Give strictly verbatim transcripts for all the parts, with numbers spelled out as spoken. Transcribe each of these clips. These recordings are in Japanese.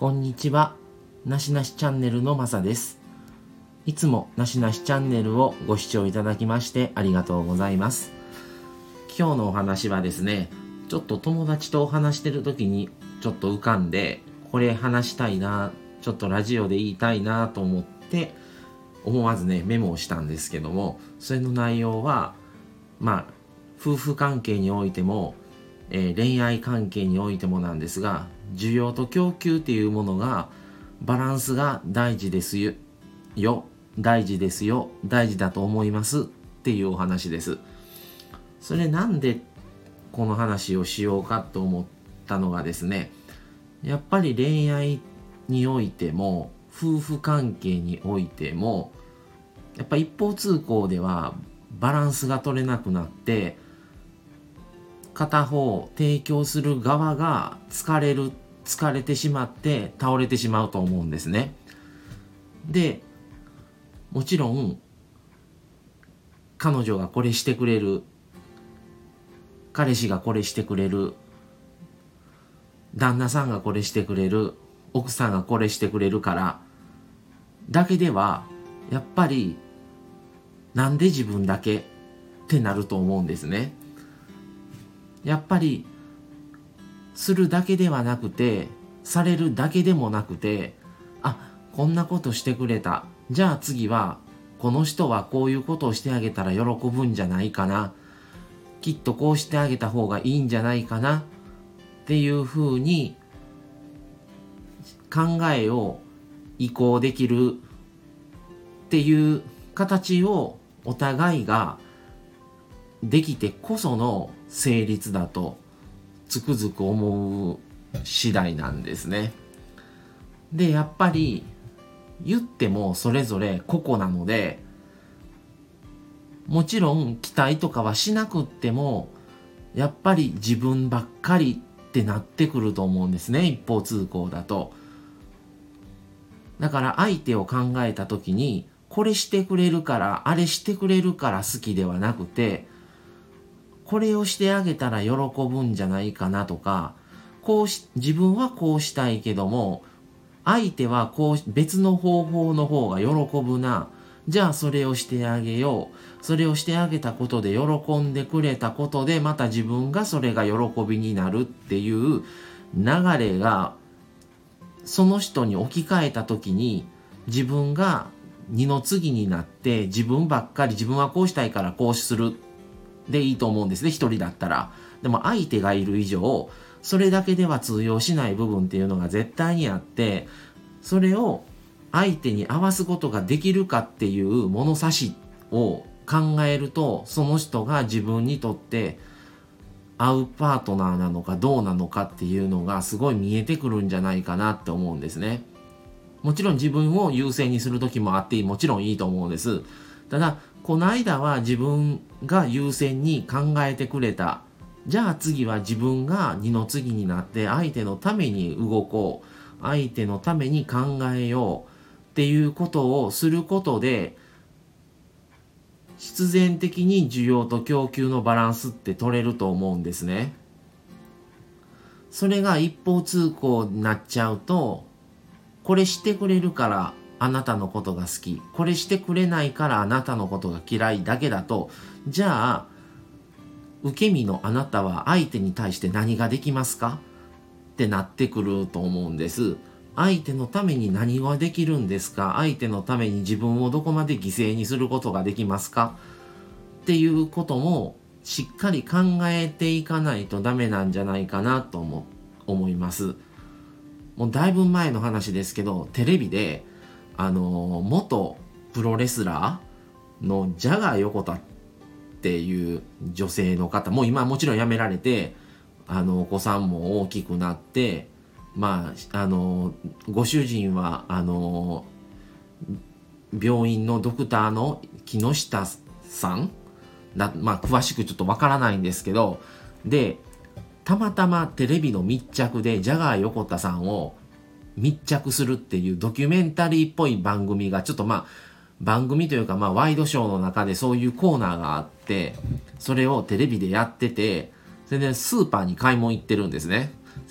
こんにちは。なしなしチャンネルのまさです。いつもなしなしチャンネルをご視聴いただきましてありがとうございます。今日のお話はですね、ちょっと友達と話してる時にちょっと浮かんで、これ話したいな、ちょっとラジオで言いたいなと思って思わずねメモをしたんですけども、それの内容はまあ夫婦関係においても、えー、恋愛関係においてもなんですが、需要と供給っていうものがバランスが大事ですよ大事ですよ大事だと思いますっていうお話です。それなんでこの話をしようかと思ったのがですね、やっぱり恋愛においても夫婦関係においてもやっぱ一方通行ではバランスが取れなくなって、片方提供する側が疲れる疲れてしまって倒れてしまうと思うんですね。で、もちろん彼女がこれしてくれる、彼氏がこれしてくれる、旦那さんがこれしてくれる、奥さんがこれしてくれるからだけではやっぱりなんで自分だけってなると思うんですね。やっぱりするだけではなくて、されるだけでもなくて、あ、こんなことしてくれた、じゃあ次はこの人はこういうことをしてあげたら喜ぶんじゃないかな、きっとこうしてあげた方がいいんじゃないかなっていうふうに考えを移行できるっていう形をお互いができてこその成立だとつくづく思う次第なんですね。で、やっぱり言ってもそれぞれ個々なので、もちろん期待とかはしなくってもやっぱり自分ばっかりってなってくると思うんですね、一方通行だと。だから相手を考えた時に、これしてくれるからあれしてくれるから好きではなくて、これをしてあげたら喜ぶんじゃないかなとか、こうし自分はこうしたいけども相手はこう別の方法の方が喜ぶな、じゃあそれをしてあげよう、それをしてあげたことで喜んでくれたことでまた自分がそれが喜びになるっていう流れが、その人に置き換えた時に自分が二の次になって、自分ばっかり自分はこうしたいからこうするでいいと思うんですね、一人だったら。でも相手がいる以上それだけでは通用しない部分っていうのが絶対にあって、それを相手に合わすことができるかっていう物差しを考えると、その人が自分にとって合うパートナーなのかどうなのかっていうのがすごい見えてくるんじゃないかなって思うんですね。もちろん自分を優先にする時もあってもちろんいいと思うんです。ただこの間は自分が優先に考えてくれた、じゃあ次は自分が二の次になって相手のために動こう、相手のために考えようっていうことをすることで、必然的に需要と供給のバランスって取れると思うんですね。それが一方通行になっちゃうと、これしてくれるからあなたのことが好き、これしてくれないからあなたのことが嫌いだけだと、じゃあ受け身のあなたは相手に対して何ができますかってなってくると思うんです。相手のために何ができるんですか、相手のために自分をどこまで犠牲にすることができますかっていうこともしっかり考えていかないとダメなんじゃないかなと思、思います。もうだいぶ前の話ですけど、テレビであの元プロレスラーのジャガー横田っていう女性の方、もう今もちろん辞められて、あのお子さんも大きくなって、まああのご主人はあの病院のドクターの木下さんだ、まあ詳しくちょっとわからないんですけど、でたまたまテレビの密着でジャガー横田さんを密着するっていうドキュメンタリーっぽい番組が、ちょっとまあ番組というかまあワイドショーの中でそういうコーナーがあって、それをテレビでやってて、それでスーパーに買い物行ってるんですね。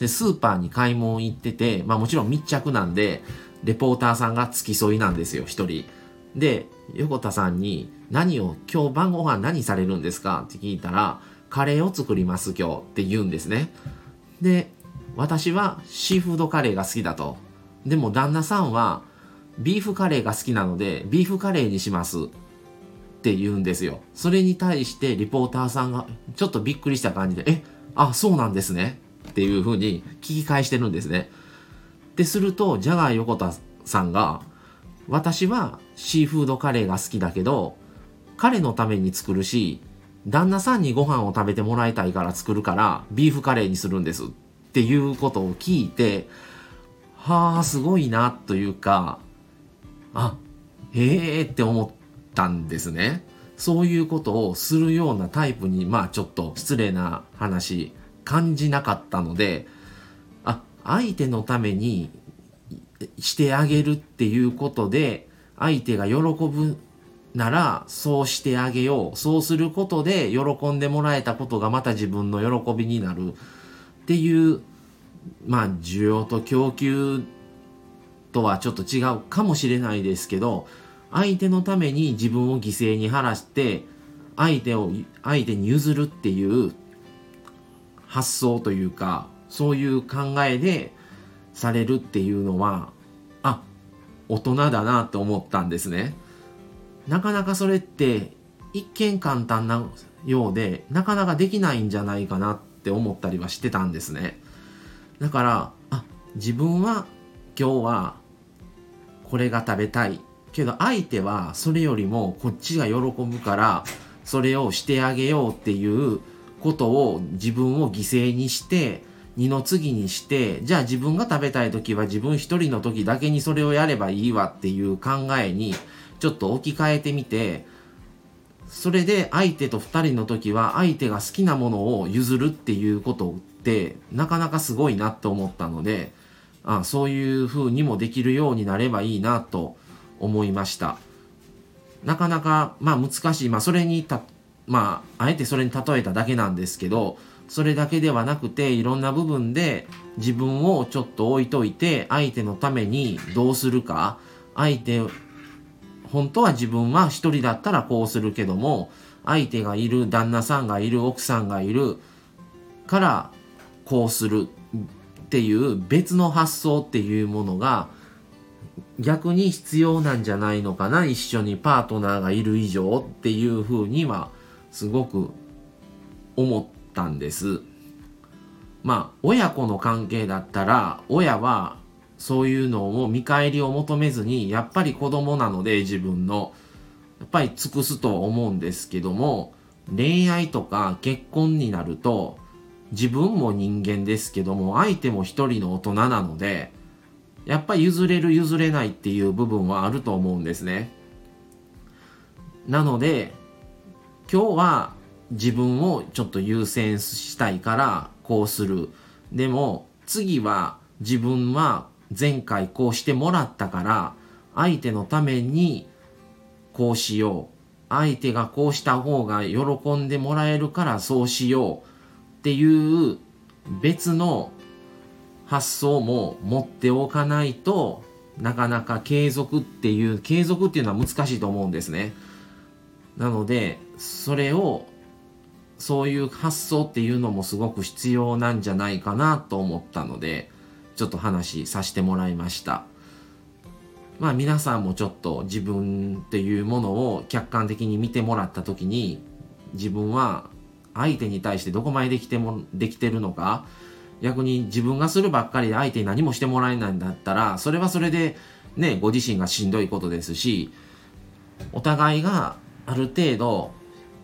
でスーパーに買い物行ってて、まあもちろん密着なんでレポーターさんが付き添いなんですよ、一人で。横田さんに何を今日晩ご飯何されるんですかって聞いたら、カレーを作ります今日って言うんですね。で私はシーフードカレーが好きだと。でも旦那さんはビーフカレーが好きなのでビーフカレーにしますって言うんですよ。それに対してリポーターさんがちょっとびっくりした感じで、え、あ、そうなんですねっていうふうに聞き返してるんですね。でするとジャガー横田さんが、私はシーフードカレーが好きだけど彼のために作るし、旦那さんにご飯を食べてもらいたいから作るからビーフカレーにするんですっていうことを聞いて、はあすごいなというか、あ、へえって思ったんですね。そういうことをするようなタイプに、まあちょっと失礼な話感じなかったので、あ、相手のためにしてあげるっていうことで相手が喜ぶならそうしてあげよう。そうすることで喜んでもらえたことがまた自分の喜びになるっていう、まあ需要と供給とはちょっと違うかもしれないですけど、相手のために自分を犠牲に晴らして相手を相手に譲るっていう発想というか、そういう考えでされるっていうのは、あ、大人だなと思ったんですね。なかなかそれって一見簡単なようでなかなかできないんじゃないかなって思ったりはしてたんですね。だから、あ、自分は今日はこれが食べたいけど相手はそれよりもこっちが喜ぶからそれをしてあげようっていうことを自分を犠牲にして二の次にして、じゃあ自分が食べたい時は自分一人の時だけにそれをやればいいわっていう考えにちょっと置き換えてみて、それで相手と二人の時は相手が好きなものを譲るっていうことってなかなかすごいなと思ったので、あ、そういう風にもできるようになればいいなと思いました。なかなかまあ難しい、まあそれにたまああえてそれに例えただけなんですけど、それだけではなくていろんな部分で自分をちょっと置いといて相手のためにどうするか、相手本当は自分は一人だったらこうするけども相手がいる、旦那さんがいる、奥さんがいるからこうするっていう別の発想っていうものが逆に必要なんじゃないのかな、一緒にパートナーがいる以上っていうふうにはすごく思ったんです。まあ親子の関係だったら親はそういうのを見返りを求めずにやっぱり子供なので自分のやっぱり尽くすとは思うんですけども、恋愛とか結婚になると自分も人間ですけども相手も一人の大人なのでやっぱり譲れる譲れないっていう部分はあると思うんですね。なので今日は自分をちょっと優先したいからこうする。でも次は自分は前回こうしてもらったから相手のためにこうしよう。相手がこうした方が喜んでもらえるからそうしようっていう別の発想も持っておかないとなかなか継続っていう継続っていうのは難しいと思うんですね。なのでそれをそういう発想っていうのもすごく必要なんじゃないかなと思ったのでちょっと話させてもらいました。まあ皆さんもちょっと自分っていうものを客観的に見てもらった時に自分は相手に対してどこまでできてもできてるのか、逆に自分がするばっかりで相手に何もしてもらえないんだったらそれはそれでねご自身がしんどいことですし、お互いがある程度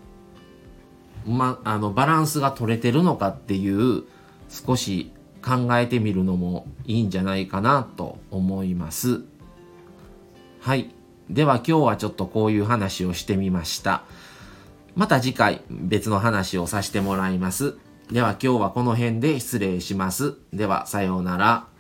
まあのバランスが取れてるのかっていう少し考えてみるのもいいんじゃないかなと思います。はい。では今日はちょっとこういう話をしてみました。また次回別の話をさせてもらいます。では今日はこの辺で失礼します。ではさようなら。